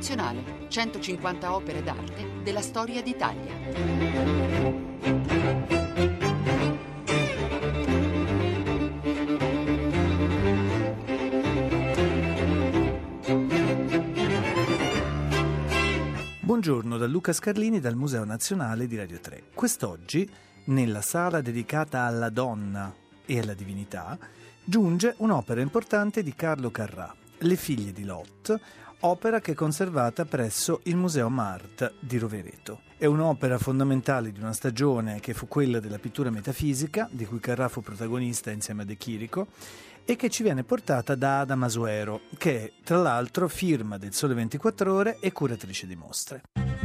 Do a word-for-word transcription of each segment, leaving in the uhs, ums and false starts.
Nazionale, centocinquanta opere d'arte della storia d'Italia. Buongiorno da Luca Scarlini dal Museo Nazionale di Radio tre. Quest'oggi, nella sala dedicata alla donna e alla divinità, giunge un'opera importante di Carlo Carrà, Le figlie di Lot, opera che è conservata presso il Museo Mart di Rovereto. È un'opera fondamentale di una stagione che fu quella della pittura metafisica, di cui Carrà fu protagonista insieme a De Chirico, e che ci viene portata da Ada Masuero, che è tra l'altro firma del Sole ventiquattro Ore e curatrice di mostre.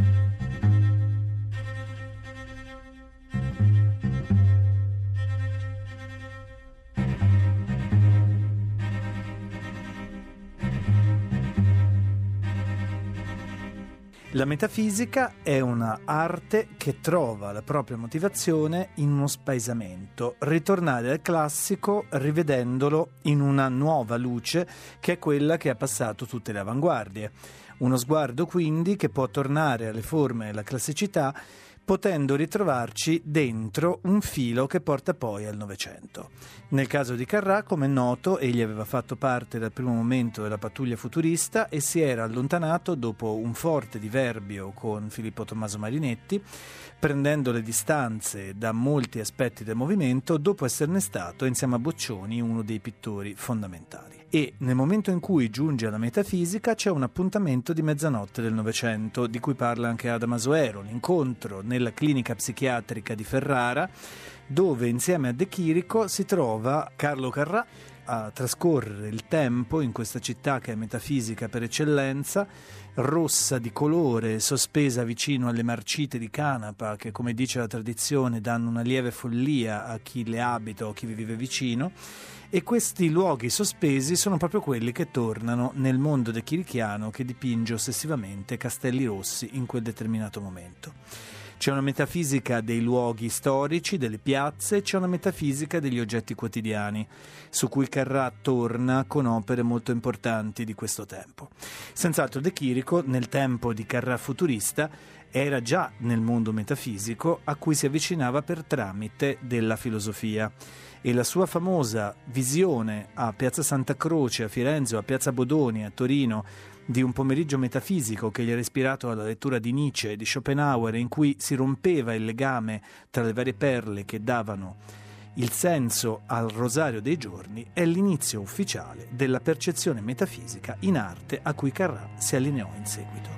La metafisica è una arte che trova la propria motivazione in uno spaesamento, ritornare al classico rivedendolo in una nuova luce che è quella che ha passato tutte le avanguardie. Uno sguardo quindi che può tornare alle forme e alla classicità, potendo ritrovarci dentro un filo che porta poi al Novecento. Nel caso di Carrà, come è noto, egli aveva fatto parte dal primo momento della pattuglia futurista e si era allontanato dopo un forte diverbio con Filippo Tommaso Marinetti, prendendo le distanze da molti aspetti del movimento dopo esserne stato, insieme a Boccioni, uno dei pittori fondamentali. E nel momento in cui giunge alla metafisica c'è un appuntamento di mezzanotte del Novecento, di cui parla anche Ada Masuero, l'incontro nella clinica psichiatrica di Ferrara, dove insieme a De Chirico si trova Carlo Carrà a trascorrere il tempo in questa città che è metafisica per eccellenza, rossa di colore, sospesa vicino alle marcite di canapa che, come dice la tradizione, danno una lieve follia a chi le abita o chi vi vive vicino. E questi luoghi sospesi sono proprio quelli che tornano nel mondo de chirichiano che dipinge ossessivamente castelli rossi in quel determinato momento. C'è una metafisica dei luoghi storici, delle piazze, c'è una metafisica degli oggetti quotidiani, su cui Carrà torna con opere molto importanti di questo tempo. Senz'altro De Chirico, nel tempo di Carrà futurista, era già nel mondo metafisico a cui si avvicinava per tramite della filosofia. E la sua famosa visione a Piazza Santa Croce, a Firenze o a Piazza Bodoni, a Torino, di un pomeriggio metafisico che gli era ispirato alla lettura di Nietzsche e di Schopenhauer, in cui si rompeva il legame tra le varie perle che davano il senso al rosario dei giorni, è l'inizio ufficiale della percezione metafisica in arte a cui Carrà si allineò in seguito.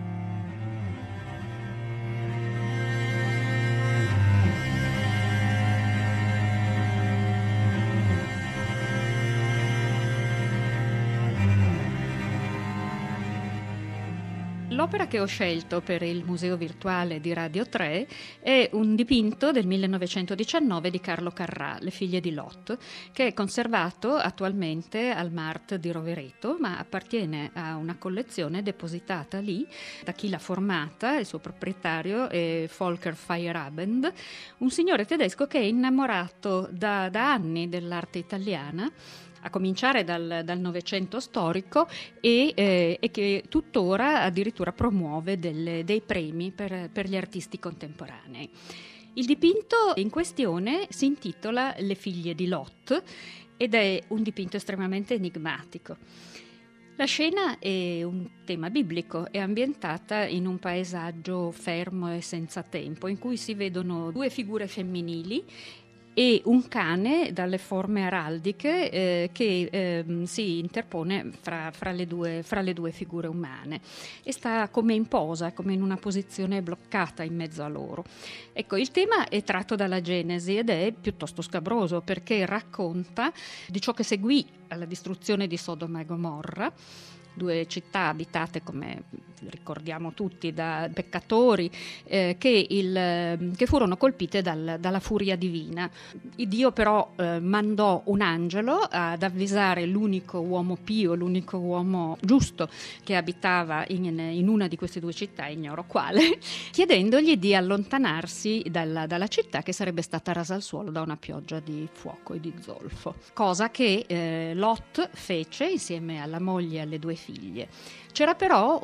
L'opera che ho scelto per il Museo Virtuale di Radio tre è un dipinto del millenovecentodiciannove di Carlo Carrà, Le figlie di Lot, che è conservato attualmente al Mart di Rovereto, ma appartiene a una collezione depositata lì da chi l'ha formata. Il suo proprietario è Volker Feyerabend, un signore tedesco che è innamorato da, da anni dell'arte italiana, a cominciare dal, dal Novecento storico e, eh, e che tuttora addirittura promuove delle, dei premi per, per gli artisti contemporanei. Il dipinto in questione si intitola Le figlie di Lot ed è un dipinto estremamente enigmatico. La scena è un tema biblico, è ambientata in un paesaggio fermo e senza tempo, in cui si vedono due figure femminili e un cane dalle forme araldiche eh, che eh, si interpone fra, fra, le due, fra le due figure umane e sta come in posa, come in una posizione bloccata in mezzo a loro. Ecco, il tema è tratto dalla Genesi ed è piuttosto scabroso perché racconta di ciò che seguì alla distruzione di Sodoma e Gomorra, due città abitate, come ricordiamo tutti, da peccatori eh, che, il, che furono colpite dal, dalla furia divina. Il Dio però eh, mandò un angelo ad avvisare l'unico uomo pio, l'unico uomo giusto che abitava in, in una di queste due città, ignoro quale, chiedendogli di allontanarsi dalla, dalla città che sarebbe stata rasa al suolo da una pioggia di fuoco e di zolfo, cosa che eh, Lot fece insieme alla moglie e alle due figlie. C'era però un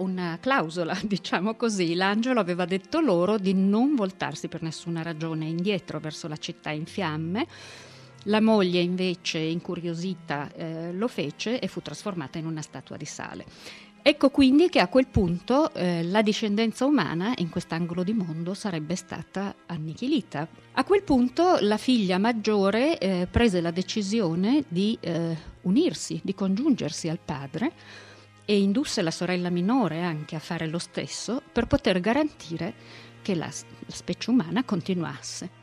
clausola, diciamo così. L'angelo aveva detto loro di non voltarsi per nessuna ragione indietro verso la città in fiamme. La moglie invece, incuriosita, eh, lo fece e fu trasformata in una statua di sale. Ecco quindi che a quel punto eh, la discendenza umana in quest'angolo di mondo sarebbe stata annichilita. A quel punto la figlia maggiore eh, prese la decisione di eh, unirsi, di congiungersi al padre, e indusse la sorella minore anche a fare lo stesso per poter garantire che la, la specie umana continuasse.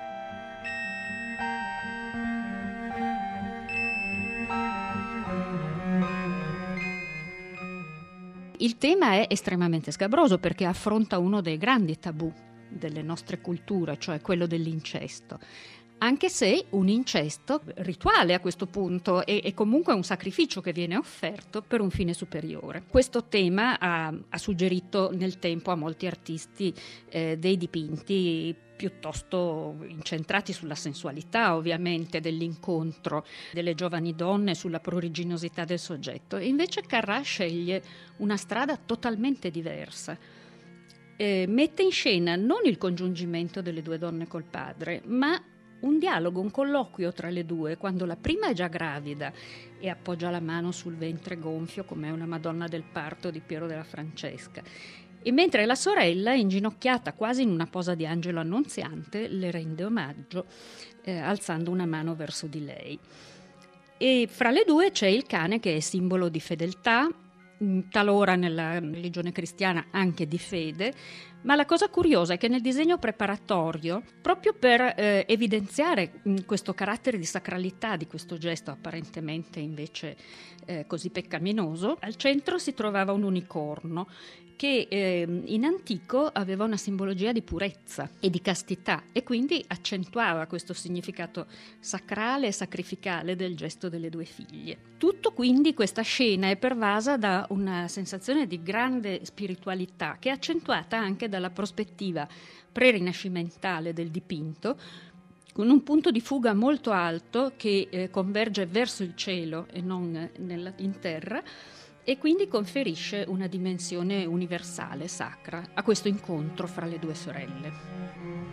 Il tema è estremamente scabroso perché affronta uno dei grandi tabù delle nostre culture, cioè quello dell'incesto. Anche se un incesto rituale a questo punto è, è comunque un sacrificio che viene offerto per un fine superiore. Questo tema ha, ha suggerito nel tempo a molti artisti eh, dei dipinti piuttosto incentrati sulla sensualità, ovviamente, dell'incontro delle giovani donne, sulla pruriginosità del soggetto. E invece Carrà sceglie una strada totalmente diversa. Eh, mette in scena non il congiungimento delle due donne col padre, ma un dialogo, un colloquio tra le due, quando la prima è già gravida e appoggia la mano sul ventre gonfio come una Madonna del Parto di Piero della Francesca. E mentre la sorella, inginocchiata quasi in una posa di angelo annunziante, le rende omaggio eh, alzando una mano verso di lei. E fra le due c'è il cane che è simbolo di fedeltà, talora nella religione cristiana anche di fede, ma la cosa curiosa è che nel disegno preparatorio, proprio per eh, evidenziare mh, questo carattere di sacralità di questo gesto apparentemente invece eh, così peccaminoso, al centro si trovava un unicorno che eh, in antico aveva una simbologia di purezza e di castità e quindi accentuava questo significato sacrale e sacrificale del gesto delle due figlie. Tutto quindi, questa scena è pervasa da una sensazione di grande spiritualità che è accentuata anche dalla prospettiva pre-rinascimentale del dipinto, con un punto di fuga molto alto che eh, converge verso il cielo e non nella, in terra, e quindi conferisce una dimensione universale, sacra, a questo incontro fra le due sorelle.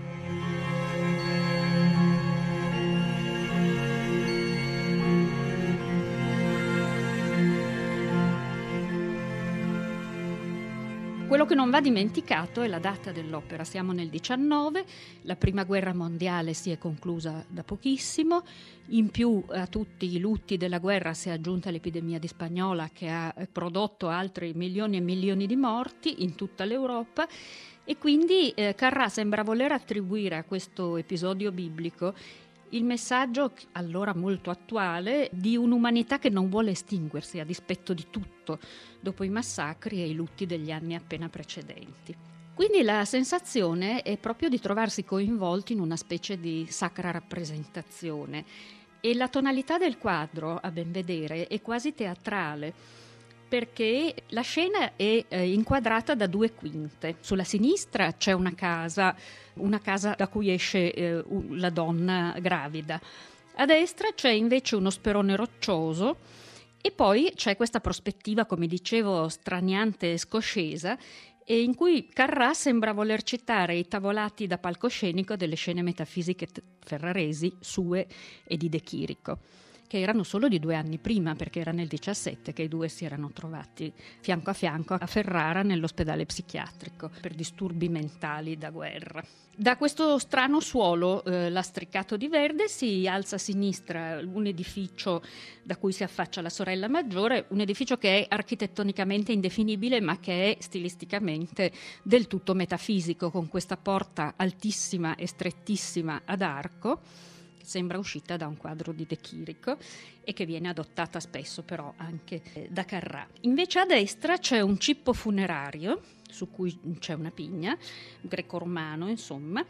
Quello che non va dimenticato è la data dell'opera. Siamo nel diciannove, la prima guerra mondiale si è conclusa da pochissimo, in più a tutti i lutti della guerra si è aggiunta l'epidemia di spagnola che ha prodotto altri milioni e milioni di morti in tutta l'Europa, e quindi eh, Carrà sembra voler attribuire a questo episodio biblico il messaggio, allora molto attuale, di un'umanità che non vuole estinguersi a dispetto di tutto, dopo i massacri e i lutti degli anni appena precedenti. Quindi la sensazione è proprio di trovarsi coinvolti in una specie di sacra rappresentazione, e la tonalità del quadro, a ben vedere, è quasi teatrale, perché la scena è eh, inquadrata da due quinte. Sulla sinistra c'è una casa, una casa da cui esce eh, la donna gravida. A destra c'è invece uno sperone roccioso e poi c'è questa prospettiva, come dicevo, straniante e scoscesa, e in cui Carrà sembra voler citare i tavolati da palcoscenico delle scene metafisiche ferraresi, sue e di De Chirico, che erano solo di due anni prima, perché era nel diciassette che i due si erano trovati fianco a fianco a Ferrara nell'ospedale psichiatrico per disturbi mentali da guerra. Da questo strano suolo eh, lastricato di verde si alza a sinistra un edificio da cui si affaccia la sorella maggiore, un edificio che è architettonicamente indefinibile ma che è stilisticamente del tutto metafisico, con questa porta altissima e strettissima ad arco, sembra uscita da un quadro di De Chirico e che viene adottata spesso però anche eh, da Carrà. Invece a destra c'è un cippo funerario su cui c'è una pigna, greco-romano insomma,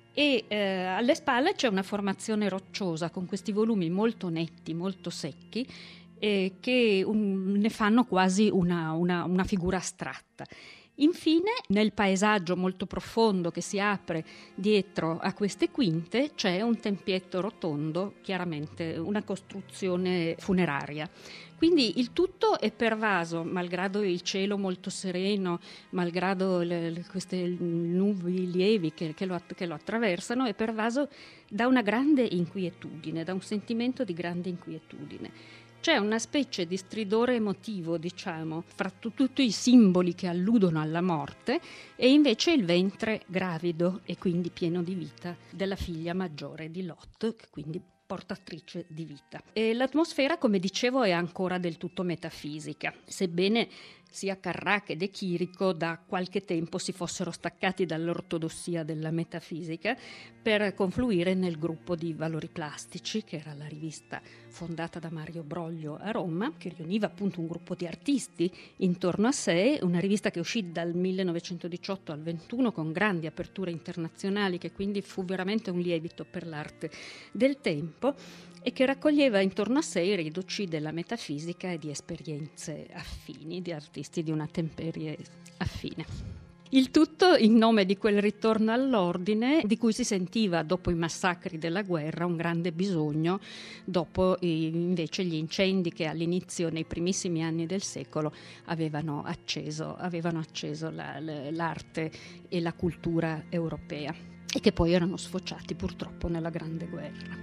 e eh, alle spalle c'è una formazione rocciosa con questi volumi molto netti, molto secchi, eh, che un, ne fanno quasi una, una, una figura astratta. Infine, nel paesaggio molto profondo che si apre dietro a queste quinte c'è un tempietto rotondo, chiaramente una costruzione funeraria. Quindi il tutto è pervaso, malgrado il cielo molto sereno, malgrado le, le, queste nubi lievi che, che, lo, che lo attraversano, è pervaso da una grande inquietudine, da un sentimento di grande inquietudine. C'è una specie di stridore emotivo, diciamo, fra t- tutti i simboli che alludono alla morte e invece il ventre gravido e quindi pieno di vita della figlia maggiore di Lot, che quindi portatrice di vita. E l'atmosfera, come dicevo, è ancora del tutto metafisica, sebbene sia Carrà che De Chirico da qualche tempo si fossero staccati dall'ortodossia della metafisica per confluire nel gruppo di Valori Plastici, che era la rivista fondata da Mario Broglio a Roma, che riuniva appunto un gruppo di artisti intorno a sé, una rivista che uscì dal millenovecentodiciotto al ventuno con grandi aperture internazionali, che quindi fu veramente un lievito per l'arte del tempo e che raccoglieva intorno a sé i reduci della metafisica e di esperienze affini, di artisti di una temperie affine. Il tutto in nome di quel ritorno all'ordine di cui si sentiva dopo i massacri della guerra un grande bisogno, dopo invece gli incendi che all'inizio, nei primissimi anni del secolo, avevano acceso, avevano acceso la, l'arte e la cultura europea e che poi erano sfociati purtroppo nella Grande Guerra.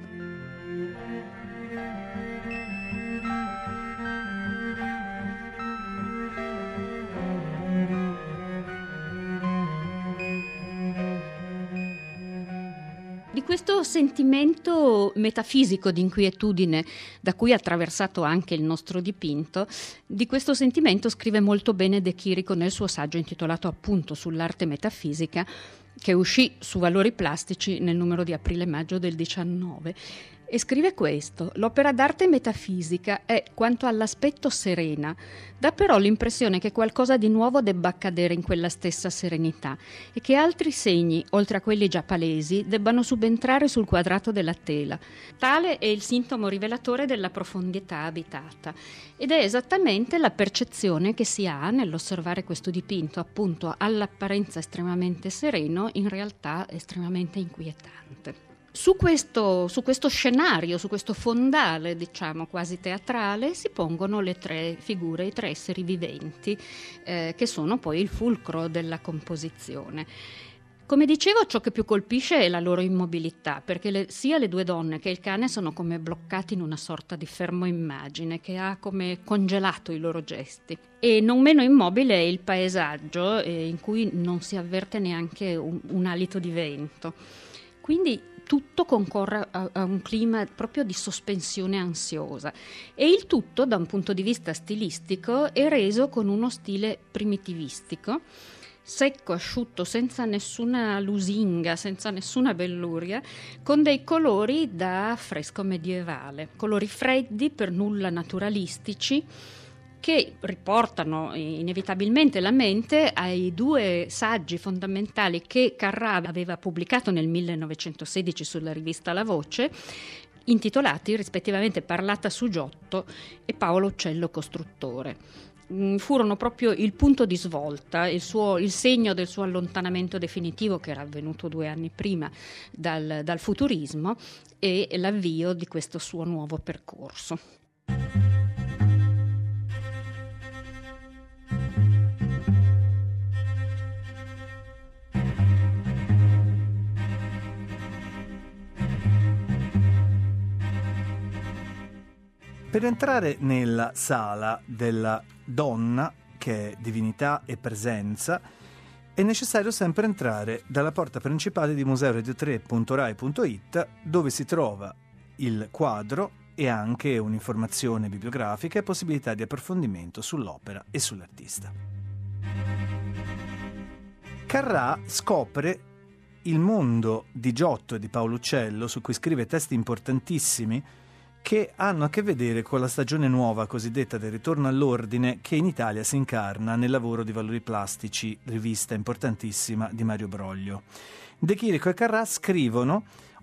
Di questo sentimento metafisico di inquietudine da cui è attraversato anche il nostro dipinto, di questo sentimento scrive molto bene De Chirico nel suo saggio intitolato appunto sull'arte metafisica, che uscì su Valori Plastici nel numero di aprile-maggio del diciannove. E scrive questo: l'opera d'arte metafisica è, quanto all'aspetto, serena, dà però l'impressione che qualcosa di nuovo debba accadere in quella stessa serenità e che altri segni, oltre a quelli già palesi, debbano subentrare sul quadrato della tela. Tale è il sintomo rivelatore della profondità abitata ed è esattamente la percezione che si ha nell'osservare questo dipinto, appunto all'apparenza estremamente sereno, in realtà estremamente inquietante. Su questo, su questo scenario, su questo fondale, diciamo quasi teatrale, si pongono le tre figure, i tre esseri viventi, eh, che sono poi il fulcro della composizione. Come dicevo, ciò che più colpisce è la loro immobilità, perché le, sia le due donne che il cane sono come bloccati in una sorta di fermo immagine che ha come congelato i loro gesti. E non meno immobile è il paesaggio, eh, in cui non si avverte neanche un, un alito di vento. Quindi tutto concorre a, a un clima proprio di sospensione ansiosa e il tutto, da un punto di vista stilistico, è reso con uno stile primitivistico, secco, asciutto, senza nessuna lusinga, senza nessuna belluria, con dei colori da affresco medievale, colori freddi, per nulla naturalistici, che riportano inevitabilmente la mente ai due saggi fondamentali che Carrà aveva pubblicato nel millenovecentosedici sulla rivista La Voce, intitolati rispettivamente Parlata su Giotto e Paolo Uccello Costruttore. Furono proprio il punto di svolta, il, suo, il segno del suo allontanamento definitivo, che era avvenuto due anni prima dal, dal futurismo, e l'avvio di questo suo nuovo percorso. Per entrare nella sala della donna, che è divinità e presenza, è necessario sempre entrare dalla porta principale di museo radio tre punto rai punto it, dove si trova il quadro e anche un'informazione bibliografica e possibilità di approfondimento sull'opera e sull'artista. Carrà scopre il mondo di Giotto e di Paolo Uccello, su cui scrive testi importantissimi che hanno a che vedere con la stagione nuova cosiddetta del ritorno all'ordine, che in Italia si incarna nel lavoro di Valori Plastici, rivista importantissima di Mario Broglio. De Chirico e Carrà scrivono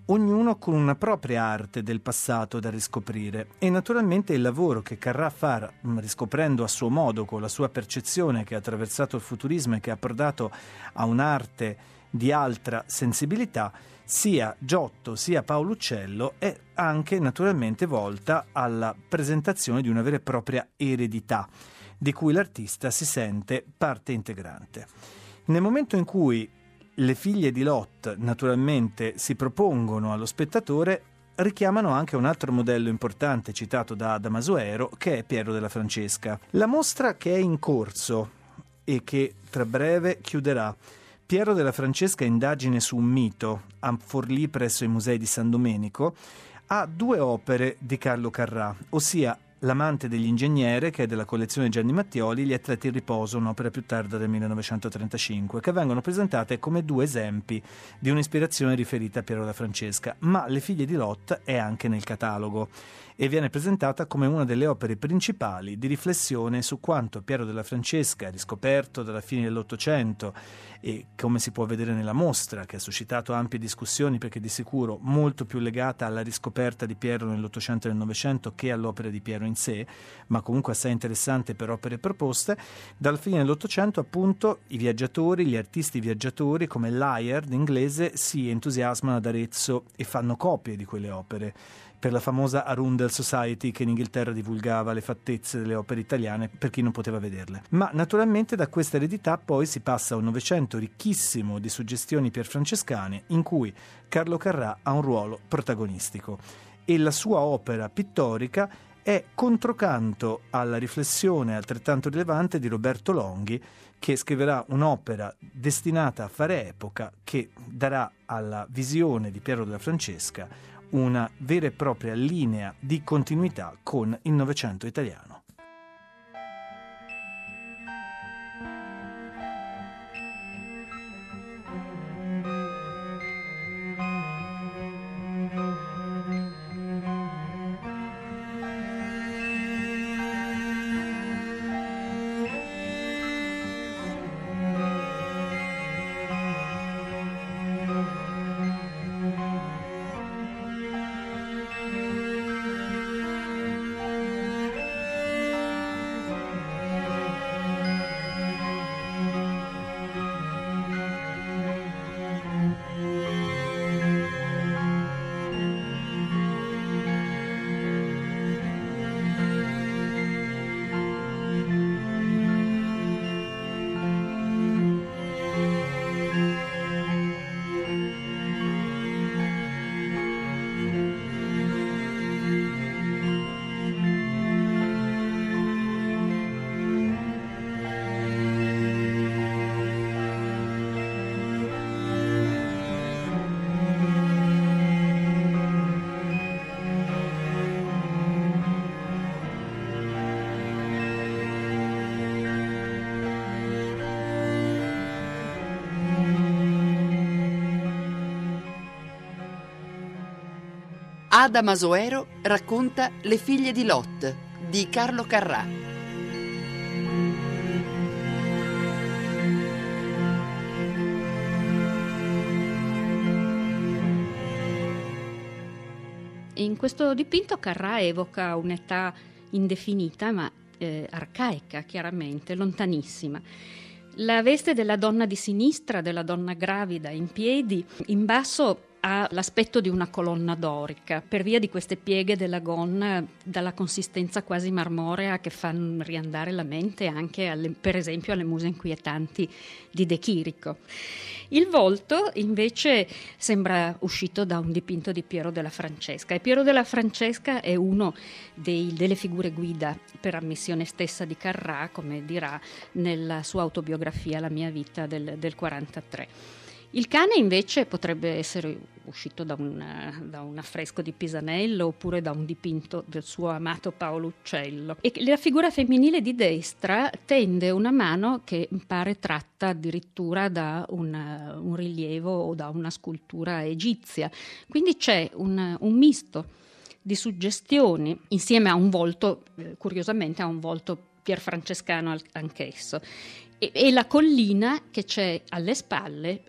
ognuno con una propria arte del passato da riscoprire, e naturalmente il lavoro che Carrà fa, riscoprendo a suo modo, con la sua percezione che ha attraversato il futurismo e che ha approdato a un'arte di altra sensibilità, sia Giotto sia Paolo Uccello, è anche naturalmente volta alla presentazione di una vera e propria eredità di cui l'artista si sente parte integrante. Nel momento in cui le figlie di Lot naturalmente si propongono allo spettatore, richiamano anche un altro modello importante citato da Ada Masuero, che è Piero della Francesca. La mostra che è in corso e che tra breve chiuderà, Piero della Francesca, indagine su un mito, a Forlì presso i musei di San Domenico, ha due opere di Carlo Carrà, ossia L'amante degli ingegneri, che è della collezione Gianni Mattioli, Gli atleti in riposo, un'opera più tarda del millenovecentotrentacinque, che vengono presentate come due esempi di un'ispirazione riferita a Piero della Francesca, ma Le figlie di Lot è anche nel catalogo e viene presentata come una delle opere principali di riflessione su quanto Piero della Francesca, riscoperto dalla fine dell'Ottocento e come si può vedere nella mostra, che ha suscitato ampie discussioni perché di sicuro molto più legata alla riscoperta di Piero nell'Ottocento e nel Novecento che all'opera di Piero in sé, ma comunque assai interessante per opere proposte. Dalla fine dell'Ottocento appunto i viaggiatori, gli artisti viaggiatori come Layard inglese si entusiasmano ad Arezzo e fanno copie di quelle opere, per la famosa Arundel Society che in Inghilterra divulgava le fattezze delle opere italiane per chi non poteva vederle. Ma naturalmente da questa eredità poi si passa a un Novecento ricchissimo di suggestioni pierfrancescane in cui Carlo Carrà ha un ruolo protagonistico e la sua opera pittorica è controcanto alla riflessione altrettanto rilevante di Roberto Longhi, che scriverà un'opera destinata a fare epoca che darà alla visione di Piero della Francesca una vera e propria linea di continuità con il Novecento italiano. Ada Masuero racconta Le figlie di Lot di Carlo Carrà. In questo dipinto Carrà evoca un'età indefinita ma eh, arcaica, chiaramente, lontanissima. La veste della donna di sinistra, della donna gravida in piedi, in basso ha l'aspetto di una colonna dorica per via di queste pieghe della gonna dalla consistenza quasi marmorea che fanno riandare la mente anche alle, per esempio alle muse inquietanti di De Chirico. Il volto invece sembra uscito da un dipinto di Piero della Francesca e Piero della Francesca è uno dei, delle figure guida per ammissione stessa di Carrà, come dirà nella sua autobiografia La mia vita del, del quarantatré. Il cane invece potrebbe essere uscito da un, da un affresco di Pisanello oppure da un dipinto del suo amato Paolo Uccello. E la figura femminile di destra tende una mano che pare tratta addirittura da un, un rilievo o da una scultura egizia. Quindi c'è un, un misto di suggestioni insieme a un volto, eh, curiosamente a un volto pierfrancescano anch'esso. E, e la collina che c'è alle spalle è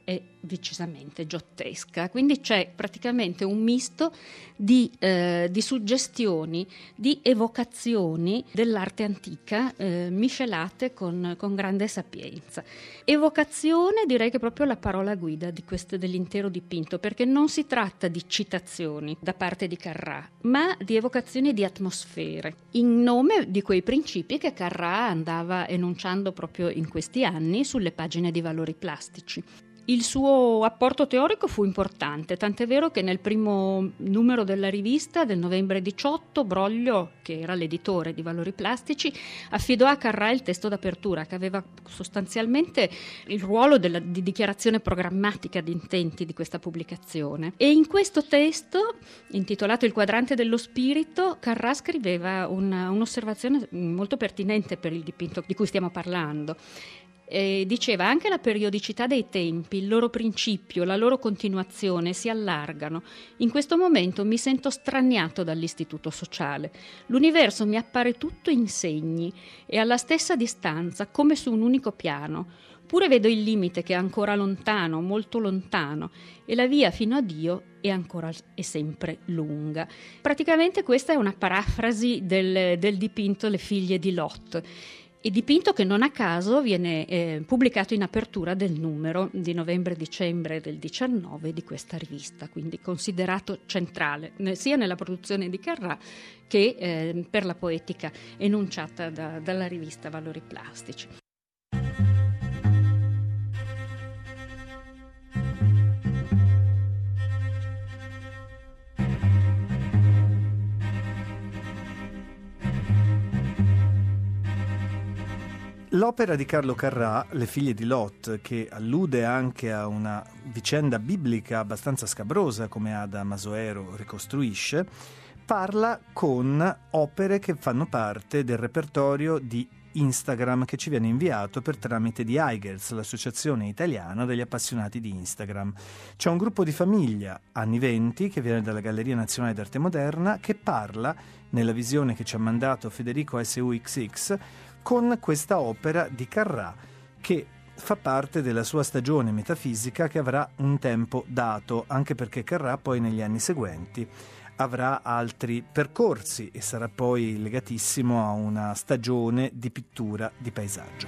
decisamente giottesca. Quindi c'è praticamente un misto di, eh, di suggestioni, di evocazioni dell'arte antica eh, miscelate con, con grande sapienza. Evocazione direi che è proprio la parola guida di questo, dell'intero dipinto, perché non si tratta di citazioni da parte di Carrà, ma di evocazioni di atmosfere, in nome di quei principi che Carrà andava enunciando proprio in questi anni sulle pagine di Valori plastici. Il suo apporto teorico fu importante, tant'è vero che nel primo numero della rivista del novembre diciotto Broglio, che era l'editore di Valori plastici, affidò a Carrà il testo d'apertura, che aveva sostanzialmente il ruolo della, di dichiarazione programmatica di intenti di questa pubblicazione. E in questo testo, intitolato Il quadrante dello spirito, Carrà scriveva una, un'osservazione molto pertinente per il dipinto di cui stiamo parlando. E diceva: anche la periodicità dei tempi, il loro principio, la loro continuazione si allargano. In questo momento mi sento straniato dall'istituto sociale. L'universo mi appare tutto in segni e alla stessa distanza, come su un unico piano. Pure vedo il limite che è ancora lontano, molto lontano, e la via fino a Dio è ancora e sempre lunga. Praticamente questa è una parafrasi del, del dipinto Le figlie di Lot. E dipinto che non a caso viene eh, pubblicato in apertura del numero di novembre-dicembre del diciannove di questa rivista, quindi considerato centrale sia nella produzione di Carrà che eh, per la poetica enunciata da, dalla rivista Valori plastici. L'opera di Carlo Carrà, Le figlie di Lot, che allude anche a una vicenda biblica abbastanza scabrosa, come Ada Masoero ricostruisce, parla con opere che fanno parte del repertorio di Instagram che ci viene inviato per tramite di Eigers, l'associazione italiana degli appassionati di Instagram. C'è un gruppo di famiglia, anni venti, che viene dalla Galleria Nazionale d'Arte Moderna, che parla, nella visione che ci ha mandato Federico S U X X, con questa opera di Carrà che fa parte della sua stagione metafisica che avrà un tempo dato, anche perché Carrà poi negli anni seguenti avrà altri percorsi e sarà poi legatissimo a una stagione di pittura di paesaggio.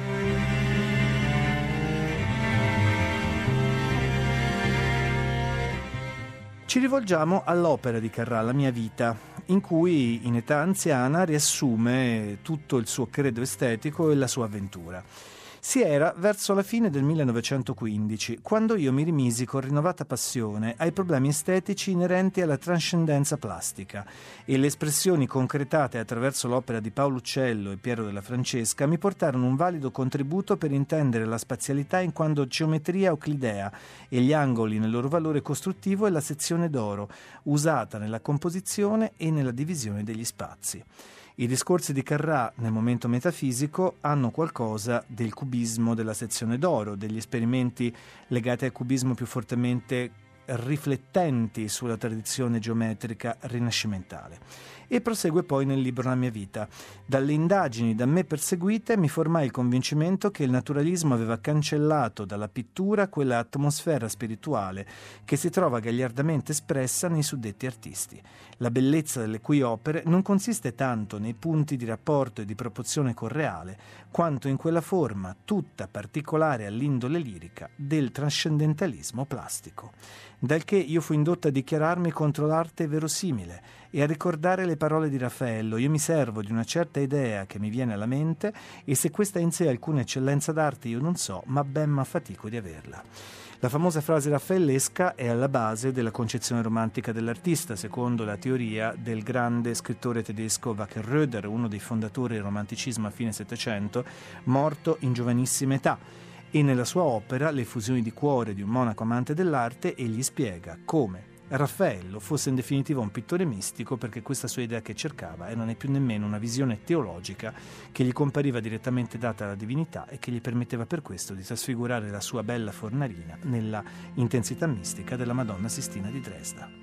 Ci rivolgiamo all'opera di Carrà, La mia vita, in cui in età anziana riassume tutto il suo credo estetico e la sua avventura. Si era verso la fine del millenovecentoquindici, quando io mi rimisi con rinnovata passione ai problemi estetici inerenti alla trascendenza plastica, e le espressioni concretate attraverso l'opera di Paolo Uccello e Piero della Francesca mi portarono un valido contributo per intendere la spazialità in quanto geometria euclidea e gli angoli nel loro valore costruttivo e la sezione d'oro, usata nella composizione e nella divisione degli spazi. I discorsi di Carrà nel momento metafisico hanno qualcosa del cubismo della sezione d'oro, degli esperimenti legati al cubismo più fortemente riflettenti sulla tradizione geometrica rinascimentale. E prosegue poi nel libro La mia vita. Dalle indagini da me perseguite mi formai il convincimento che il naturalismo aveva cancellato dalla pittura quella atmosfera spirituale che si trova gagliardamente espressa nei suddetti artisti. La bellezza delle cui opere non consiste tanto nei punti di rapporto e di proporzione col reale, quanto in quella forma, tutta particolare all'indole lirica, del trascendentalismo plastico. Dal che io fui indotto a dichiararmi contro l'arte verosimile e a ricordare le parole di Raffaello: io mi servo di una certa idea che mi viene alla mente e se questa ha in sé alcuna eccellenza d'arte io non so, ma ben m'affatico di averla. La famosa frase raffaellesca è alla base della concezione romantica dell'artista, secondo la teoria del grande scrittore tedesco Wackerröder, uno dei fondatori del romanticismo a fine Settecento, morto in giovanissima età. E nella sua opera Le fusioni di cuore di un monaco amante dell'arte egli spiega come Raffaello fosse in definitiva un pittore mistico, perché questa sua idea che cercava e non è più nemmeno una visione teologica che gli compariva direttamente data alla divinità e che gli permetteva per questo di trasfigurare la sua bella fornarina nella intensità mistica della Madonna Sistina di Dresda.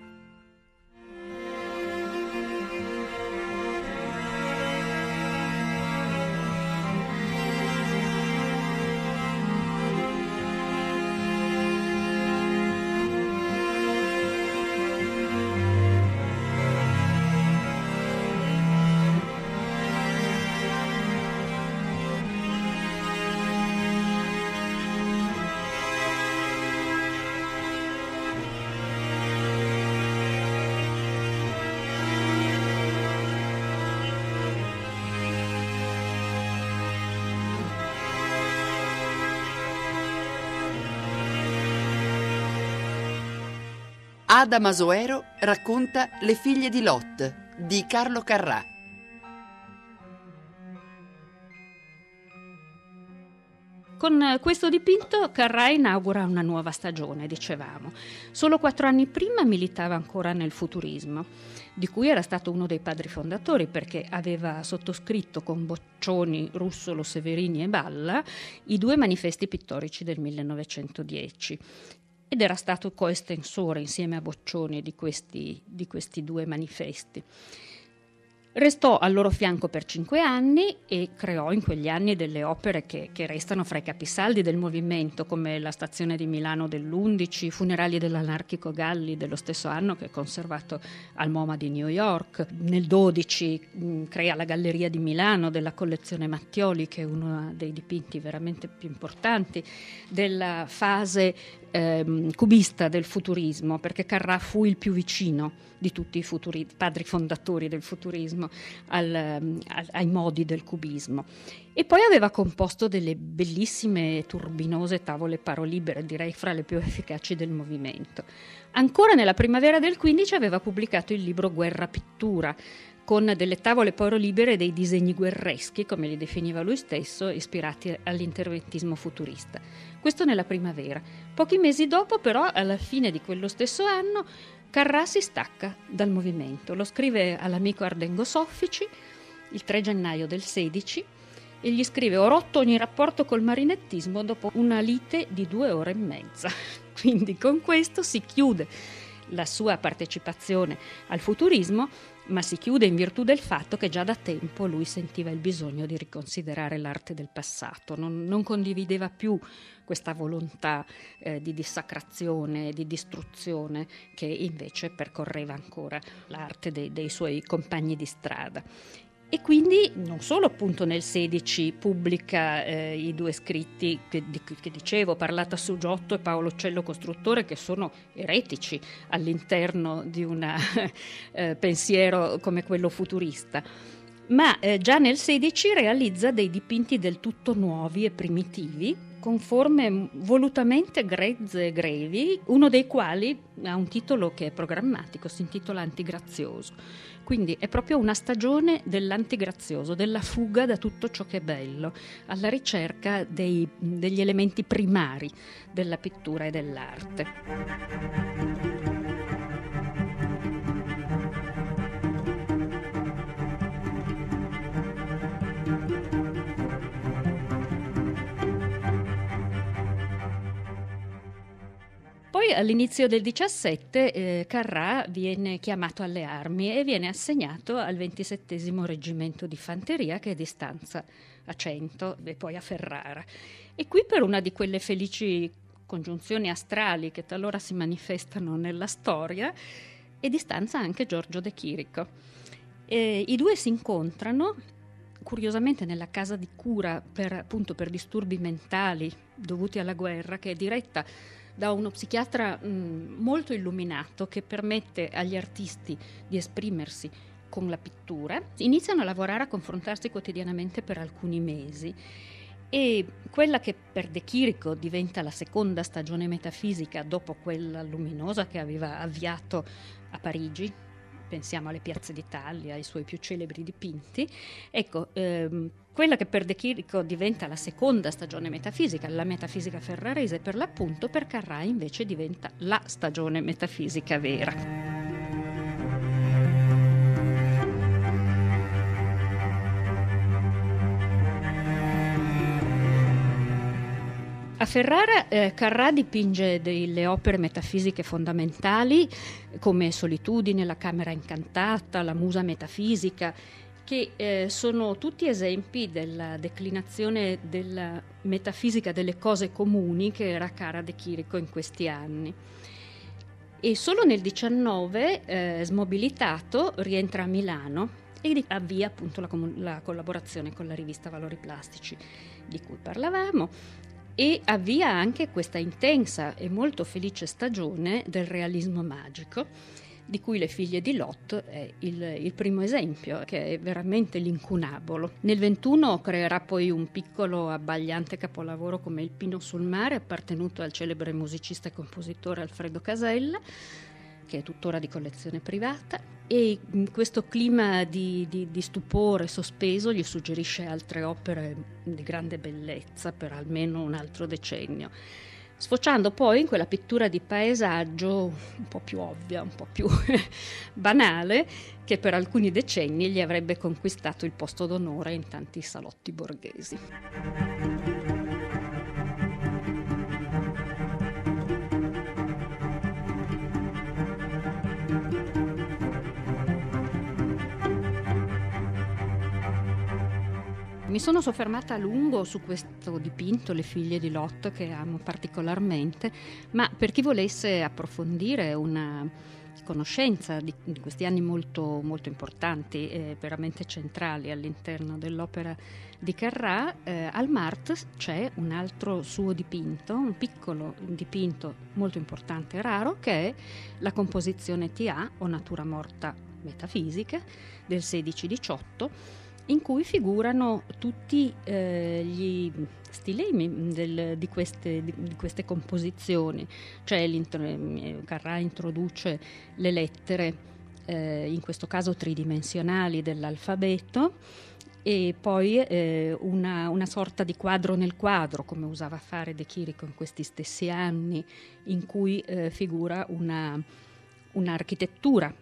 Ada Masoero racconta Le figlie di Lot di Carlo Carrà. Con questo dipinto Carrà inaugura una nuova stagione, dicevamo. Solo quattro anni prima militava ancora nel futurismo, di cui era stato uno dei padri fondatori perché aveva sottoscritto con Boccioni, Russolo, Severini e Balla i due manifesti pittorici del millenovecentodieci ed era stato coestensore insieme a Boccioni di questi, di questi due manifesti. Restò al loro fianco per cinque anni e creò in quegli anni delle opere che, che restano fra i capisaldi del movimento, come la Stazione di Milano dell'undici, i Funerali dell'anarchico Galli dello stesso anno, che è conservato al MoMA di New York. Nel dodici mh, crea la Galleria di Milano della collezione Mattioli, che è uno dei dipinti veramente più importanti della fase ehm, cubista del futurismo, perché Carrà fu il più vicino di tutti i futuri, padri fondatori del futurismo al, al, ai modi del cubismo. E poi aveva composto delle bellissime turbinose tavole parolibere, direi fra le più efficaci del movimento. Ancora nella primavera del quindici aveva pubblicato il libro Guerra Pittura, con delle tavole parolibere e dei disegni guerreschi, come li definiva lui stesso, ispirati all'interventismo futurista. Questo nella primavera. Pochi mesi dopo, però, alla fine di quello stesso anno, Carrà si stacca dal movimento. Lo scrive all'amico Ardengo Soffici il tre gennaio del sedici e gli scrive: ho rotto ogni rapporto col marinettismo dopo una lite di due ore e mezza. Quindi con questo si chiude la sua partecipazione al futurismo, ma si chiude in virtù del fatto che già da tempo lui sentiva il bisogno di riconsiderare l'arte del passato, non, non condivideva più questa volontà eh, di dissacrazione, di distruzione che invece percorreva ancora l'arte dei, dei suoi compagni di strada. E quindi non solo appunto nel sedici pubblica eh, i due scritti che, di, che dicevo, Parlata su Giotto e Paolo Cello Costruttore, che sono eretici all'interno di un eh, pensiero come quello futurista, ma eh, già nel sedici realizza dei dipinti del tutto nuovi e primitivi, con forme volutamente grezze e grevi, uno dei quali ha un titolo che è programmatico, si intitola Antigrazioso. Quindi è proprio una stagione dell'antigrazioso, della fuga da tutto ciò che è bello, alla ricerca dei, degli elementi primari della pittura e dell'arte. Poi all'inizio del diciassette eh, Carrà viene chiamato alle armi e viene assegnato al ventisettesimo reggimento di fanteria, che è di stanza a Cento e poi a Ferrara. E qui, per una di quelle felici congiunzioni astrali che talora si manifestano nella storia, è di stanza anche Giorgio De Chirico. E i due si incontrano curiosamente nella casa di cura per, appunto, per disturbi mentali dovuti alla guerra, che è diretta da uno psichiatra mh, molto illuminato, che permette agli artisti di esprimersi con la pittura. Iniziano a lavorare, a confrontarsi quotidianamente per alcuni mesi, e quella che per De Chirico diventa la seconda stagione metafisica dopo quella luminosa che aveva avviato a Parigi, pensiamo alle piazze d'Italia, ai suoi più celebri dipinti, ecco, ehm, quella che per De Chirico diventa la seconda stagione metafisica, la metafisica ferrarese per l'appunto, per Carrà invece diventa la stagione metafisica vera. A Ferrara eh, Carrà dipinge delle opere metafisiche fondamentali come Solitudine, La camera incantata, La musa metafisica, che eh, sono tutti esempi della declinazione della metafisica delle cose comuni che era cara a De Chirico in questi anni. E solo nel diciannove, eh, smobilitato, rientra a Milano e avvia appunto la, com- la collaborazione con la rivista Valori Plastici di cui parlavamo, e avvia anche questa intensa e molto felice stagione del realismo magico, di cui Le figlie di Lot è il, il primo esempio, che è veramente l'incunabolo. Nel ventuno creerà poi un piccolo abbagliante capolavoro come Il Pino sul mare, appartenuto al celebre musicista e compositore Alfredo Casella, che è tuttora di collezione privata, e in questo clima di, di, di stupore sospeso gli suggerisce altre opere di grande bellezza per almeno un altro decennio, sfociando poi in quella pittura di paesaggio un po' più ovvia, un po' più banale, che per alcuni decenni gli avrebbe conquistato il posto d'onore in tanti salotti borghesi. Mi sono soffermata a lungo su questo dipinto, Le figlie di Lot, che amo particolarmente, ma per chi volesse approfondire una conoscenza di, di questi anni molto, molto importanti e veramente centrali all'interno dell'opera di Carrà, eh, al MART c'è un altro suo dipinto, un piccolo dipinto molto importante e raro, che è la composizione T A o Natura morta metafisica del sedici diciotto, in cui figurano tutti eh, gli stilemi del, di, queste, di, di queste composizioni. Cioè Carrà introduce le lettere, eh, in questo caso tridimensionali, dell'alfabeto, e poi eh, una, una sorta di quadro nel quadro, come usava fare De Chirico in questi stessi anni, in cui eh, figura una, un'architettura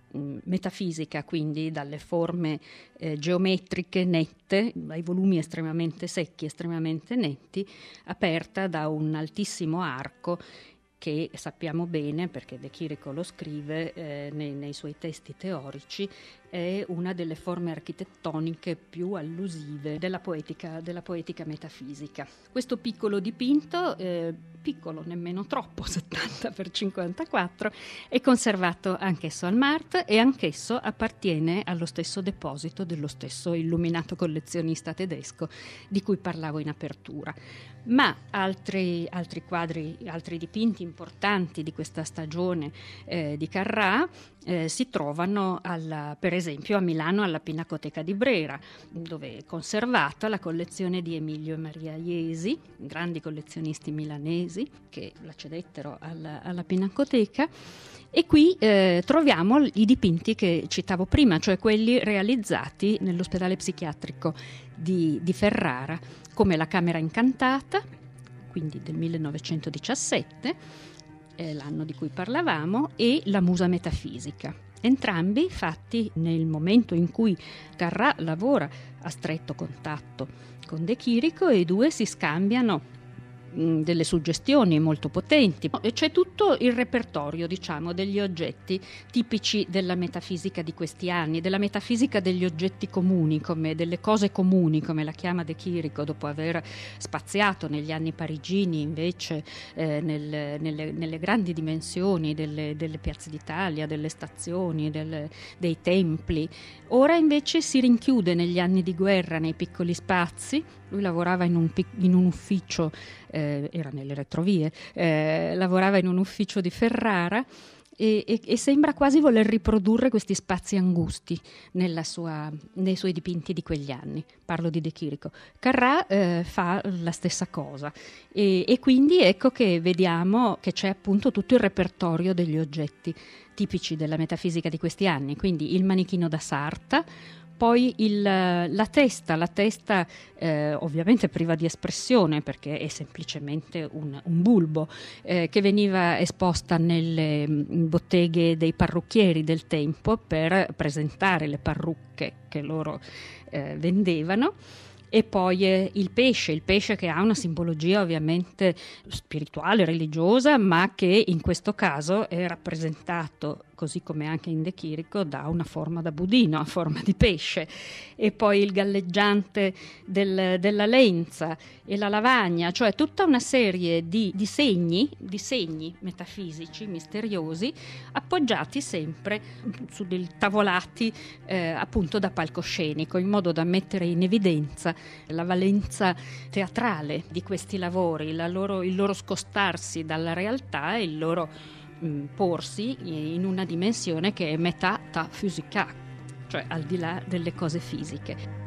metafisica, quindi dalle forme eh, geometriche nette, dai volumi estremamente secchi, estremamente netti, aperta da un altissimo arco che sappiamo bene, perché De Chirico lo scrive eh, nei, nei suoi testi teorici, è una delle forme architettoniche più allusive della poetica, della poetica metafisica. Questo piccolo dipinto, eh, piccolo nemmeno troppo, settanta per cinquantaquattro, è conservato anch'esso al MART e anch'esso appartiene allo stesso deposito dello stesso illuminato collezionista tedesco di cui parlavo in apertura. Ma altri, altri quadri, altri dipinti importanti di questa stagione eh, di Carrà eh, si trovano alla, per esempio a Milano alla Pinacoteca di Brera, dove è conservata la collezione di Emilio e Maria Iesi, grandi collezionisti milanesi che la cedettero alla, alla Pinacoteca. E qui eh, troviamo i dipinti che citavo prima, cioè quelli realizzati nell'ospedale psichiatrico di, di Ferrara, come La Camera Incantata, quindi del millenovecentodiciassette, eh, l'anno di cui parlavamo, e La Musa Metafisica. Entrambi fatti nel momento in cui Carrà lavora a stretto contatto con De Chirico e i due si scambiano delle suggestioni molto potenti. C'è tutto il repertorio, diciamo, degli oggetti tipici della metafisica di questi anni, della metafisica degli oggetti comuni, come delle cose comuni, come la chiama De Chirico, dopo aver spaziato negli anni parigini invece eh, nel, nelle, nelle grandi dimensioni delle, delle piazze d'Italia, delle stazioni, del, dei templi. Ora invece si rinchiude negli anni di guerra nei piccoli spazi. Lui lavorava in un, in un ufficio, eh, era nelle retrovie, eh, lavorava in un ufficio di Ferrara e, e, e sembra quasi voler riprodurre questi spazi angusti nella sua, nei suoi dipinti di quegli anni. Parlo di De Chirico. Carrà eh, fa la stessa cosa e, e quindi ecco che vediamo che c'è appunto tutto il repertorio degli oggetti tipici della metafisica di questi anni, quindi il manichino da sarta, poi il, la testa, la testa eh, ovviamente priva di espressione perché è semplicemente un, un bulbo eh, che veniva esposta nelle botteghe dei parrucchieri del tempo per presentare le parrucche che loro eh, vendevano. E poi eh, il pesce, il pesce che ha una simbologia ovviamente spirituale, religiosa, ma che in questo caso è rappresentato, così come anche in De Chirico, da una forma da budino, a forma di pesce. E poi il galleggiante del, della lenza e la lavagna, cioè tutta una serie di, di segni, di segni metafisici, misteriosi, appoggiati sempre su dei tavolati eh, appunto da palcoscenico, in modo da mettere in evidenza la valenza teatrale di questi lavori, la loro, il loro scostarsi dalla realtà e il loro mh, porsi in una dimensione che è metà ta fisica, cioè al di là delle cose fisiche.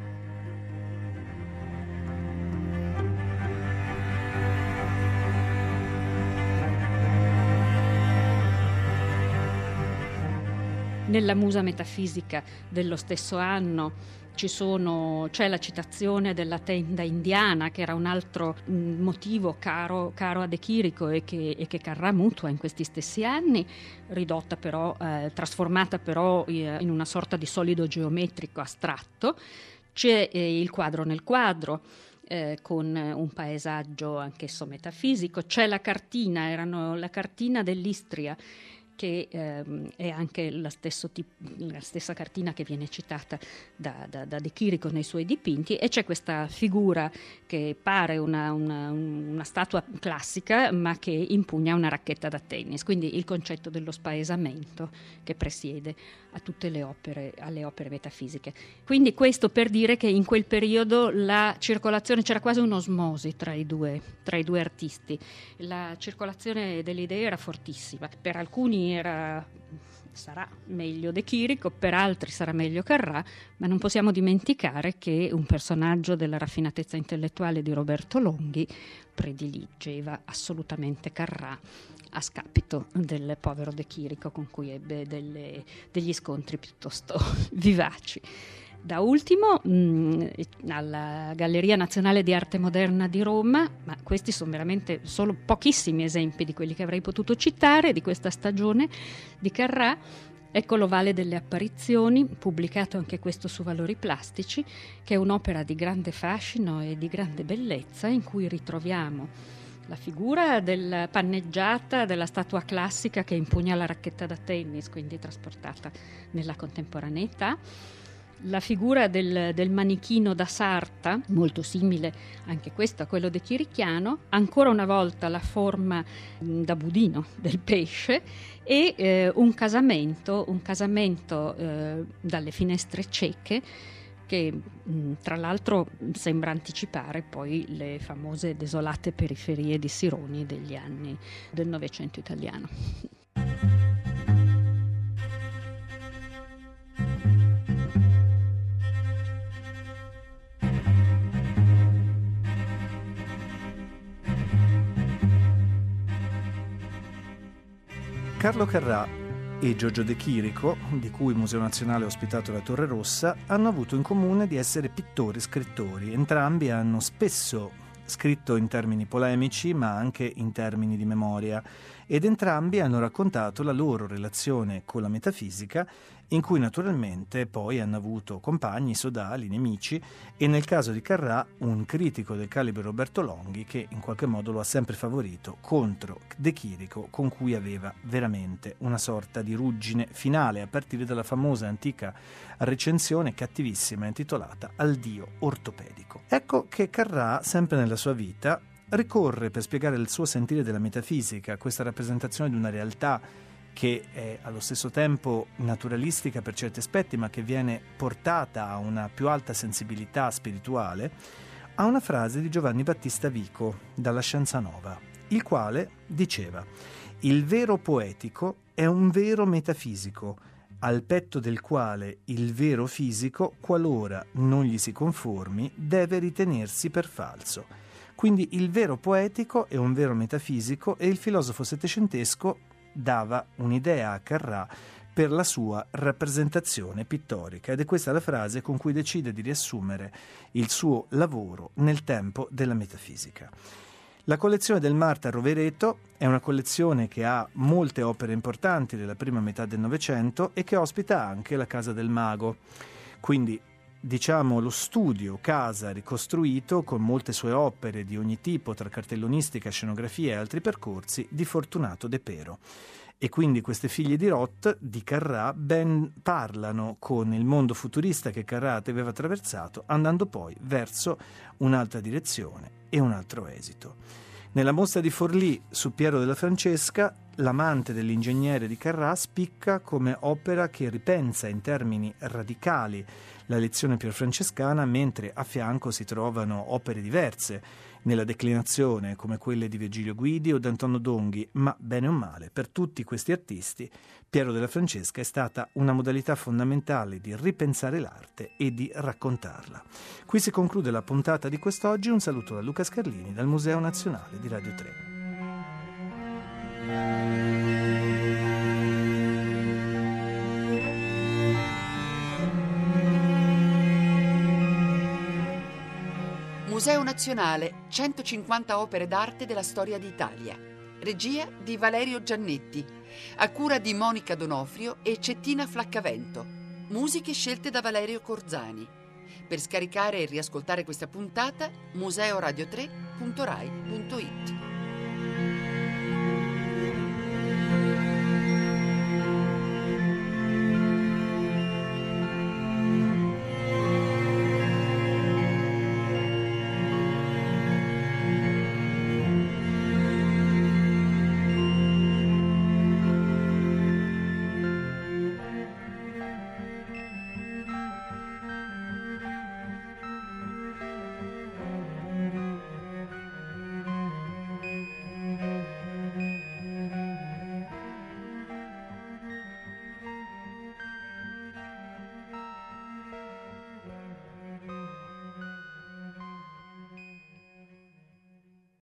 Nella Musa metafisica dello stesso anno ci sono, c'è la citazione della tenda indiana, che era un altro mh, motivo caro, caro a De Chirico e che, e che Carrà mutua in questi stessi anni, ridotta però, eh, trasformata però eh, in una sorta di solido geometrico astratto. C'è eh, il quadro nel quadro, Eh, con un paesaggio anch'esso metafisico. C'è la cartina, erano la cartina dell'Istria, che ehm, è anche la, stesso tip- la stessa cartina che viene citata da, da, da De Chirico nei suoi dipinti, e c'è questa figura che pare una, una, una statua classica ma che impugna una racchetta da tennis, quindi il concetto dello spaesamento che presiede a tutte le opere, alle opere metafisiche. Quindi questo per dire che in quel periodo la circolazione, c'era quasi un'osmosi tra i due, tra i due artisti, la circolazione delle idee era fortissima. Per alcuni era, sarà meglio De Chirico, per altri sarà meglio Carrà, ma non possiamo dimenticare che un personaggio della raffinatezza intellettuale di Roberto Longhi prediligeva assolutamente Carrà a scapito del povero De Chirico, con cui ebbe delle, degli scontri piuttosto vivaci. Da ultimo mh, alla Galleria Nazionale di Arte Moderna di Roma, ma questi sono veramente solo pochissimi esempi di quelli che avrei potuto citare di questa stagione di Carrà. Ecco l'Ovale delle Apparizioni, pubblicato anche questo su Valori Plastici, che è un'opera di grande fascino e di grande bellezza, in cui ritroviamo la figura della panneggiata della statua classica che impugna la racchetta da tennis, quindi trasportata nella contemporaneità, la figura del, del manichino da sarta, molto simile anche questo a quello de Chirichiano, ancora una volta la forma mh, da budino del pesce, e eh, un casamento, un casamento eh, dalle finestre cieche, che mh, tra l'altro sembra anticipare poi le famose desolate periferie di Sironi degli anni del Novecento italiano. Carlo Carrà e Giorgio De Chirico, di cui il Museo Nazionale ha ospitato la Torre Rossa, hanno avuto in comune di essere pittori e scrittori. Entrambi hanno spesso scritto in termini polemici, ma anche in termini di memoria, ed entrambi hanno raccontato la loro relazione con la metafisica, in cui naturalmente poi hanno avuto compagni, sodali, nemici, e nel caso di Carrà un critico del calibro Roberto Longhi, che in qualche modo lo ha sempre favorito contro De Chirico, con cui aveva veramente una sorta di ruggine finale, a partire dalla famosa antica recensione cattivissima intitolata Al Dio ortopedico. Ecco che Carrà, sempre nella sua vita, ricorre per spiegare il suo sentire della metafisica, questa rappresentazione di una realtà che è allo stesso tempo naturalistica per certi aspetti, ma che viene portata a una più alta sensibilità spirituale, a una frase di Giovanni Battista Vico dalla Scienza Nova, il quale diceva: «Il vero poetico è un vero metafisico, al petto del quale il vero fisico, qualora non gli si conformi, deve ritenersi per falso». Quindi il vero poetico è un vero metafisico, e il filosofo settecentesco dava un'idea a Carrà per la sua rappresentazione pittorica, ed è questa la frase con cui decide di riassumere il suo lavoro nel tempo della metafisica. La collezione del Marte a Rovereto è una collezione che ha molte opere importanti della prima metà del Novecento e che ospita anche la Casa del Mago, quindi diciamo lo studio casa ricostruito con molte sue opere di ogni tipo, tra cartellonistica, scenografia e altri percorsi, di Fortunato De Pero. E quindi queste figlie di Roth di Carrà ben parlano con il mondo futurista che Carrà aveva attraversato, andando poi verso un'altra direzione e un altro esito. Nella mostra di Forlì su Piero della Francesca, l'amante dell'ingegnere di Carrà spicca come opera che ripensa in termini radicali la lezione pierfrancescana, mentre a fianco si trovano opere diverse nella declinazione, come quelle di Virgilio Guidi o d'Antonio Donghi, ma bene o male, per tutti questi artisti, Piero della Francesca è stata una modalità fondamentale di ripensare l'arte e di raccontarla. Qui si conclude la puntata di quest'oggi. Un saluto da Luca Scarlini dal Museo Nazionale di Radio tre. Museo Nazionale, centocinquanta opere d'arte della storia d'Italia. Regia di Valerio Giannetti, a cura di Monica Donofrio e Cettina Flaccavento. Musiche scelte da Valerio Corzani. Per scaricare e riascoltare questa puntata, museo radio tre punto rai punto it.